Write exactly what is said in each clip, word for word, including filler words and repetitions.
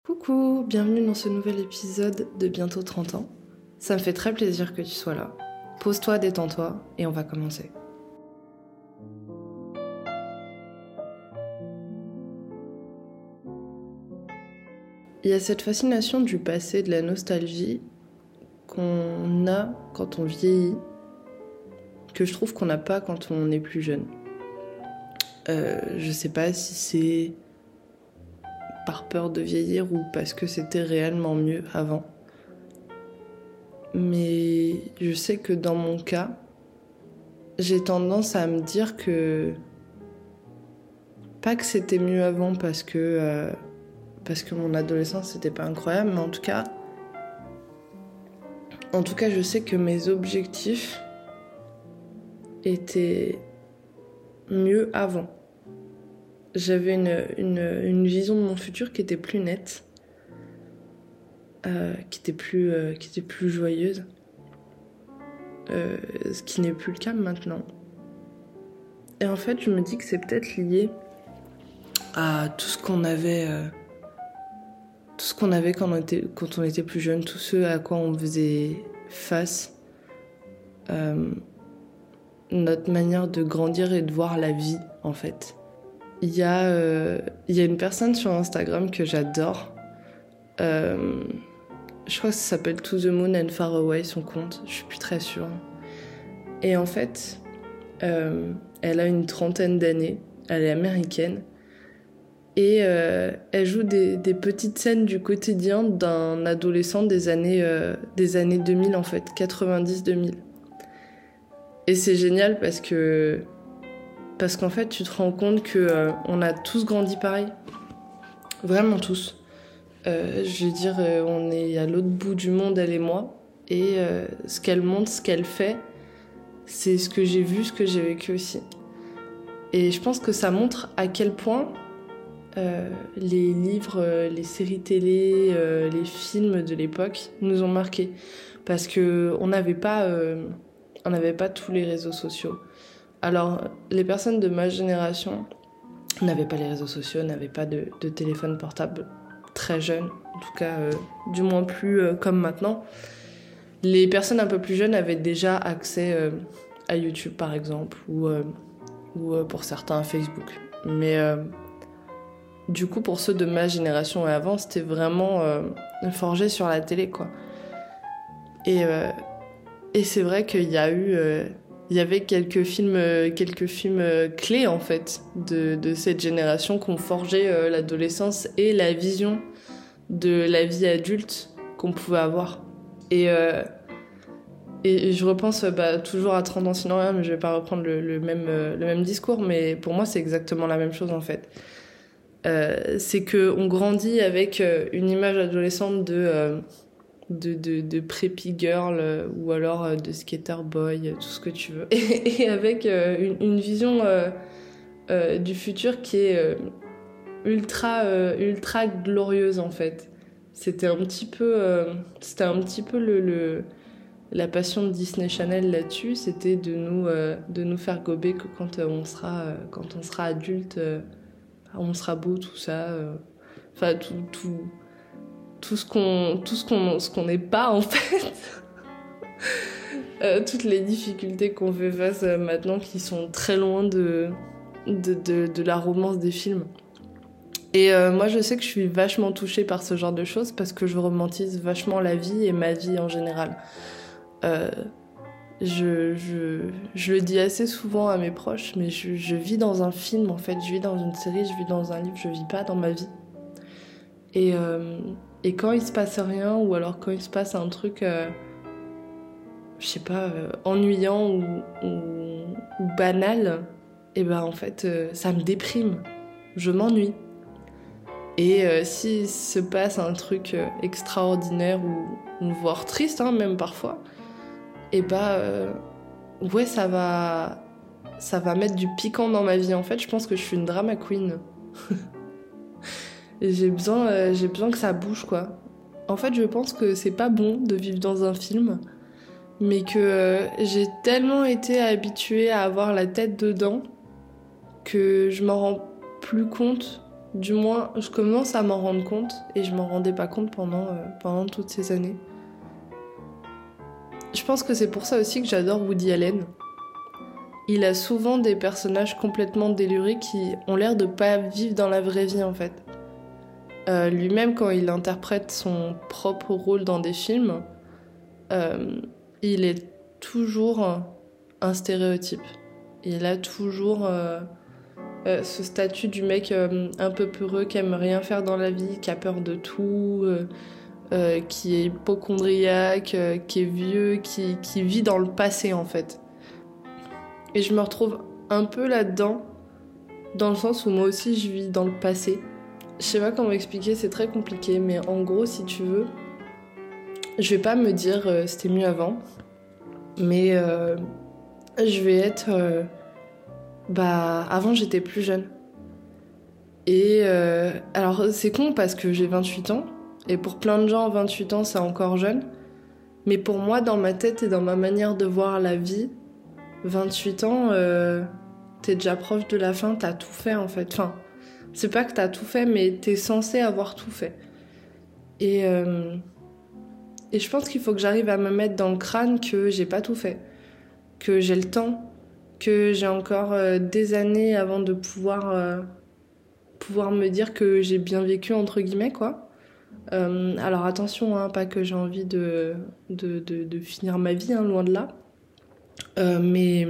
Coucou, bienvenue dans ce nouvel épisode de Bientôt trente ans. Ça me fait très plaisir que tu sois là. Pose-toi, détends-toi et on va commencer. Il y a cette fascination du passé, de la nostalgie qu'on a quand on vieillit, que je trouve qu'on n'a pas quand on est plus jeune. Euh, je sais pas si c'est par peur de vieillir ou parce que c'était réellement mieux avant. Mais je sais que dans mon cas, j'ai tendance à me dire que pas que c'était mieux avant parce que euh, parce que mon adolescence c'était pas incroyable, mais en tout cas en tout cas je sais que mes objectifs étaient mieux avant. J'avais une, une, une vision de mon futur qui était plus nette, euh, qui était plus euh, qui était plus joyeuse, euh, ce qui n'est plus le cas maintenant. Et en fait, je me dis que c'est peut-être lié à tout ce qu'on avait, euh, tout ce qu'on avait quand on était, quand on était plus jeune, tout ce à quoi on faisait face, euh, notre manière de grandir et de voir la vie, en fait. Il y a, euh, il y a une personne sur Instagram que j'adore. Euh, je crois que ça s'appelle To the Moon and Far Away, son compte. Je suis plus très sûre. Et en fait, euh, elle a une trentaine d'années. Elle est américaine. Et euh, elle joue des, des petites scènes du quotidien d'un adolescent des années, euh, des années deux mille, en fait, quatre-vingt-dix deux mille. Et c'est génial parce que parce qu'en fait, tu te rends compte que euh, on a tous grandi pareil, vraiment tous. Euh, je veux dire, euh, on est à l'autre bout du monde, elle et moi, et euh, ce qu'elle montre, ce qu'elle fait, c'est ce que j'ai vu, ce que j'ai vécu aussi. Et je pense que ça montre à quel point euh, les livres, euh, les séries télé, euh, les films de l'époque nous ont marqués, parce que on n'avait pas, euh, on n'avait pas tous les réseaux sociaux. Alors, les personnes de ma génération n'avaient pas les réseaux sociaux, n'avaient pas de, de téléphone portable très jeunes, en tout cas, euh, du moins plus euh, comme maintenant. Les personnes un peu plus jeunes avaient déjà accès euh, à YouTube, par exemple, ou, euh, ou euh, pour certains à Facebook. Mais euh, du coup, pour ceux de ma génération et avant, c'était vraiment euh, forgé sur la télé, quoi. Et, euh, et c'est vrai qu'il y a eu... Euh, Il y avait quelques films, quelques films clés en fait de, de cette génération qui ont forgé euh, l'adolescence et la vision de la vie adulte qu'on pouvait avoir. Et, euh, et je repense bah, toujours à trente ans sinon rien, mais je vais pas reprendre le, le, même, euh, le même discours, mais pour moi c'est exactement la même chose en fait. Euh, c'est qu'on grandit avec une image adolescente de... Euh, de, de, de preppy girl euh, ou alors euh, de skater boy, euh, tout ce que tu veux. Et, et avec euh, une, une vision euh, euh, du futur qui est euh, ultra, euh, ultra glorieuse en fait. C'était un petit peu, euh, c'était un petit peu le, le, la passion de Disney Channel là-dessus, c'était de nous, euh, de nous faire gober que quand euh, on sera, euh, quand on sera adulte, euh, on sera beau, tout ça. Euh, enfin, tout... tout tout ce qu'on tout ce qu'on ce qu'on n'est pas en fait. euh, toutes les difficultés qu'on fait face euh, maintenant qui sont très loin de de, de de la romance des films. Et euh, moi je sais que je suis vachement touchée par ce genre de choses parce que je romantise vachement la vie et ma vie en général. Euh, je, je, je le dis assez souvent à mes proches, mais je, je vis dans un film en fait, je vis dans une série, je vis dans un livre, je vis pas dans ma vie. Et euh, Et quand il se passe rien, ou alors quand il se passe un truc, euh, je sais pas, euh, ennuyant ou, ou, ou banal, et ben en fait, euh, ça me déprime. Je m'ennuie. Et euh, s'il se passe un truc euh, extraordinaire ou, ou voire triste, hein, même parfois, et ben euh, ouais, ça va, ça va mettre du piquant dans ma vie. En fait, je pense que je suis une drama queen. Et j'ai besoin, euh, j'ai besoin que ça bouge, quoi. En fait, je pense que c'est pas bon de vivre dans un film, mais que euh, j'ai tellement été habituée à avoir la tête dedans que je m'en rends plus compte Du moins, je commence à m'en rendre compte et je m'en rendais pas compte pendant, euh, pendant toutes ces années. Je pense que c'est pour ça aussi que j'adore Woody Allen. Il a souvent des personnages complètement délurés qui ont l'air de pas vivre dans la vraie vie en fait. Euh, lui-même, quand il interprète son propre rôle dans des films, euh, il est toujours un stéréotype. Il a toujours euh, euh, ce statut du mec euh, un peu peureux qui aime rien faire dans la vie, qui a peur de tout, euh, euh, qui est hypocondriaque, euh, qui est vieux, qui, qui vit dans le passé en fait. Et je me retrouve un peu là-dedans, dans le sens où moi aussi je vis dans le passé. Je sais pas comment expliquer, c'est très compliqué, mais en gros, si tu veux, je vais pas me dire euh, c'était mieux avant, mais euh, je vais être... Euh, bah, avant j'étais plus jeune. Et euh, alors c'est con parce que j'ai vingt-huit ans, et pour plein de gens, vingt-huit ans c'est encore jeune, mais pour moi, dans ma tête et dans ma manière de voir la vie, vingt-huit ans, euh, t'es déjà proche de la fin, t'as tout fait en fait. Enfin, c'est pas que t'as tout fait, mais t'es censé avoir tout fait. Et, euh, et je pense qu'il faut que j'arrive à me mettre dans le crâne que j'ai pas tout fait, que j'ai le temps, que j'ai encore euh, des années avant de pouvoir, euh, pouvoir me dire que j'ai bien vécu, entre guillemets, quoi. Euh, alors attention, hein, pas que j'ai envie de, de, de, de finir ma vie, hein, loin de là. Euh, mais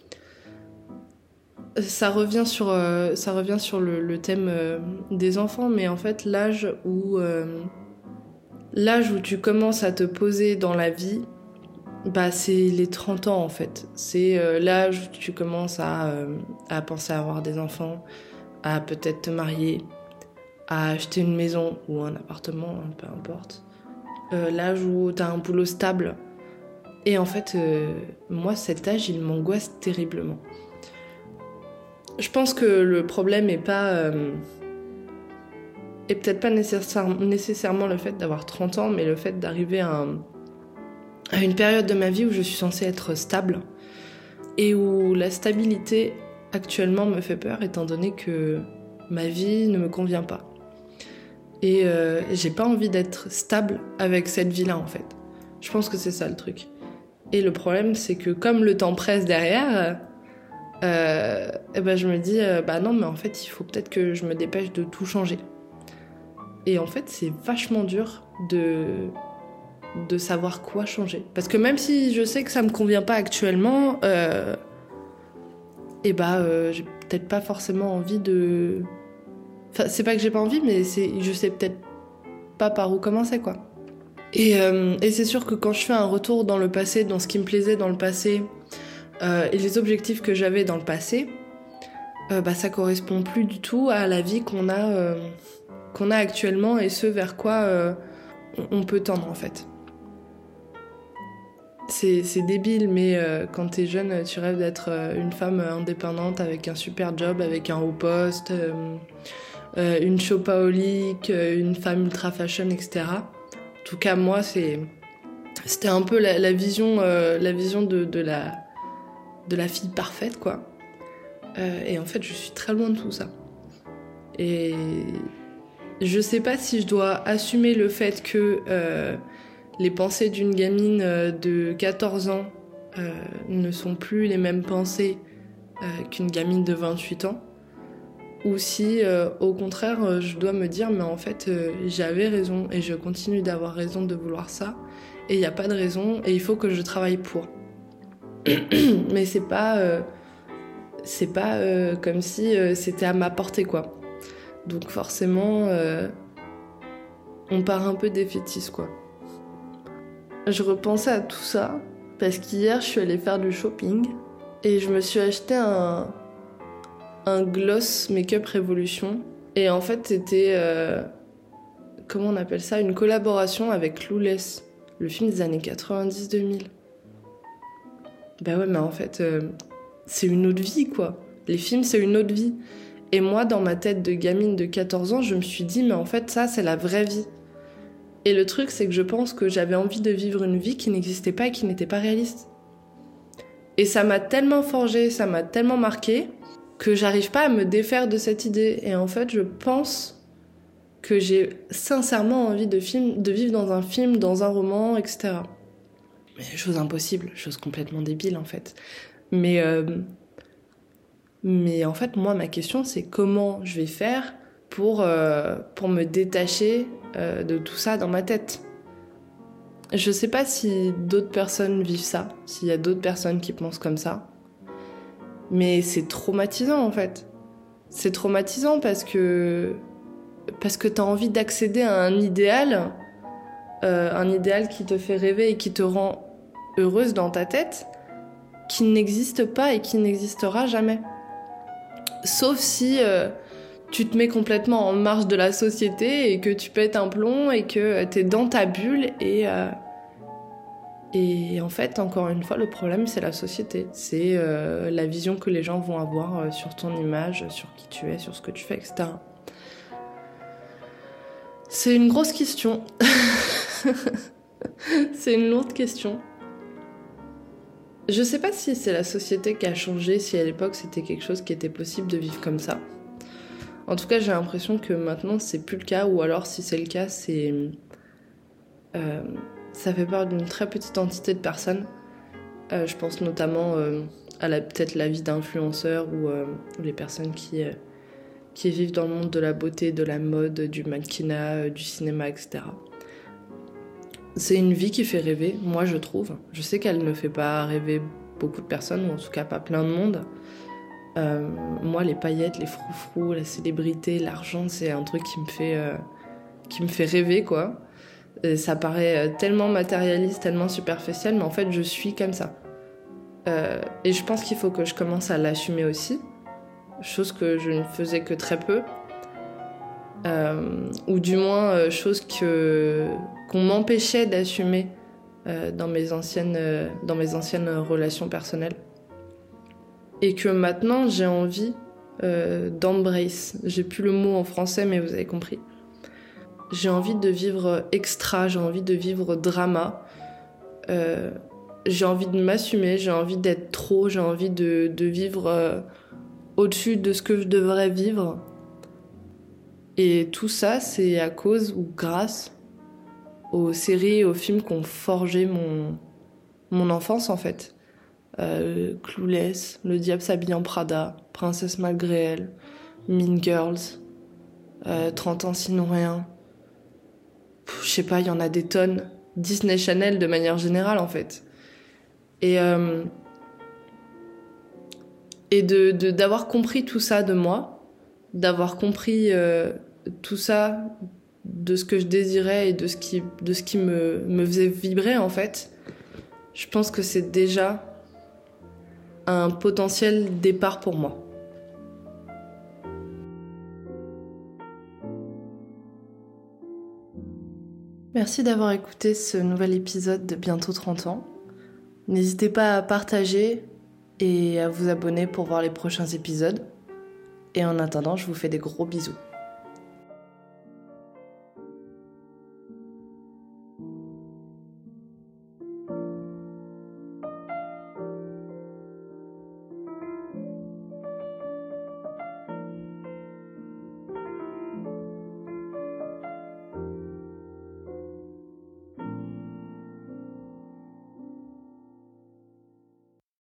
ça revient sur, euh, ça revient sur le, le thème euh, des enfants, mais en fait l'âge où, euh, l'âge où tu commences à te poser dans la vie, bah, c'est les trente ans en fait. C'est euh, l'âge où tu commences à, euh, à penser à avoir des enfants, à peut-être te marier, à acheter une maison ou un appartement, hein, peu importe. Euh, l'âge où t'as un boulot stable. Et en fait, euh, moi, cet âge, il m'angoisse terriblement. Je pense que le problème est pas... Euh, est peut-être pas nécessaire, nécessairement le fait d'avoir trente ans, mais le fait d'arriver à, un, à une période de ma vie où je suis censée être stable et où la stabilité actuellement me fait peur, étant donné que ma vie ne me convient pas. Et euh, j'ai pas envie d'être stable avec cette vie-là, en fait. Je pense que c'est ça le truc. Et le problème, c'est que comme le temps presse derrière, euh, et ben je me dis, euh, bah non, mais en fait, il faut peut-être que je me dépêche de tout changer. Et en fait, c'est vachement dur de, de savoir quoi changer. Parce que même si je sais que ça me convient pas actuellement, euh, et bah euh, j'ai peut-être pas forcément envie de... Enfin, c'est pas que j'ai pas envie, mais c'est, je sais peut-être pas par où commencer, quoi. Et, euh, et c'est sûr que quand je fais un retour dans le passé, dans ce qui me plaisait dans le passé, euh, et les objectifs que j'avais dans le passé, euh, bah ça correspond plus du tout à la vie qu'on a, euh, qu'on a actuellement et ce vers quoi euh, on peut tendre en fait. C'est, c'est débile, mais euh, quand t'es jeune, tu rêves d'être euh, une femme indépendante avec un super job, avec un haut poste, euh, euh, une shopaholic, euh, une femme ultra fashion, et cetera. En tout cas, moi, c'est, c'était un peu la, la vision, euh, la vision de, de, la, de la fille parfaite, quoi. Euh, et en fait, je suis très loin de tout ça. Et je sais pas si je dois assumer le fait que euh, les pensées d'une gamine de quatorze ans euh, ne sont plus les mêmes pensées euh, qu'une gamine de vingt-huit ans. Ou si, euh, au contraire, je dois me dire, mais en fait, euh, j'avais raison et je continue d'avoir raison de vouloir ça. Et il n'y a pas de raison et il faut que je travaille pour. Mais c'est pas, euh, c'est pas euh, comme si euh, c'était à ma portée, quoi. Donc forcément, euh, on part un peu défaitiste, quoi. Je repensais à tout ça parce qu'hier, je suis allée faire du shopping et je me suis acheté un... un gloss Make-up Revolution. Et en fait, c'était... Euh, comment on appelle ça ? Une collaboration avec Clueless, le film des années quatre-vingt-dix deux mille. Bah ouais, mais en fait, euh, c'est une autre vie, quoi. Les films, c'est une autre vie. Et moi, dans ma tête de gamine de quatorze ans, je me suis dit, mais en fait, ça, c'est la vraie vie. Et le truc, c'est que je pense que j'avais envie de vivre une vie qui n'existait pas et qui n'était pas réaliste. Et ça m'a tellement forgé, ça m'a tellement marqué... que j'arrive pas à me défaire de cette idée. Et en fait, je pense que j'ai sincèrement envie de, film, de vivre dans un film, dans un roman, et cetera. Mais chose impossible, chose complètement débile en fait. Mais, euh, mais en fait, moi, ma question, c'est comment je vais faire pour, euh, pour me détacher euh, de tout ça dans ma tête. Je sais pas si d'autres personnes vivent ça, s'il y a d'autres personnes qui pensent comme ça. Mais c'est traumatisant en fait. C'est traumatisant parce que parce que t'as envie d'accéder à un idéal, euh, un idéal qui te fait rêver et qui te rend heureuse dans ta tête, qui n'existe pas et qui n'existera jamais. Sauf si euh, tu te mets complètement en marge de la société et que tu pètes un plomb et que t'es dans ta bulle et euh, Et en fait, encore une fois, le problème, c'est la société. C'est euh, la vision que les gens vont avoir euh, sur ton image, sur qui tu es, sur ce que tu fais, et cetera. C'est une grosse question. C'est une lourde question. Je sais pas si c'est la société qui a changé, si à l'époque c'était quelque chose qui était possible de vivre comme ça. En tout cas, j'ai l'impression que maintenant, c'est plus le cas, ou alors si c'est le cas, c'est... Euh, ça fait part d'une très petite entité de personnes. Euh, je pense notamment euh, à la, peut-être la vie d'influenceurs ou, euh, ou les personnes qui, euh, qui vivent dans le monde de la beauté, de la mode, du mannequinat, euh, du cinéma, et cetera. C'est une vie qui fait rêver, moi je trouve. Je sais qu'elle ne fait pas rêver beaucoup de personnes, ou en tout cas pas plein de monde. Euh, moi, les paillettes, les froufrous, la célébrité, l'argent, c'est un truc qui me fait, euh, qui me fait rêver, quoi. Et ça paraît tellement matérialiste, tellement superficiel, mais en fait, je suis comme ça. Euh, et je pense qu'il faut que je commence à l'assumer aussi, chose que je ne faisais que très peu. Euh, ou du moins, euh, chose que, qu'on m'empêchait d'assumer euh, dans mes anciennes, euh, dans mes anciennes relations personnelles. Et que maintenant, j'ai envie euh, d'embrace. J'ai plus le mot en français, mais vous avez compris. J'ai envie de vivre extra, j'ai envie de vivre drama. Euh, j'ai envie de m'assumer, j'ai envie d'être trop, j'ai envie de, de vivre euh, au-dessus de ce que je devrais vivre. Et tout ça, c'est à cause ou grâce aux séries et aux films qui ont forgé mon, mon enfance, en fait. Euh, Clueless, Le Diable s'habille en Prada, Princesse malgré elle, Mean Girls, euh, trente ans sinon rien. Je sais pas, il y en a des tonnes. Disney Channel de manière générale, en fait. Et, euh, et de, de, d'avoir compris tout ça de moi, d'avoir compris euh, tout ça de ce que je désirais et de ce qui, de ce qui me, me faisait vibrer, en fait, je pense que c'est déjà un potentiel départ pour moi. Merci d'avoir écouté ce nouvel épisode de Bientôt trente ans. N'hésitez pas à partager et à vous abonner pour voir les prochains épisodes. Et en attendant, je vous fais des gros bisous.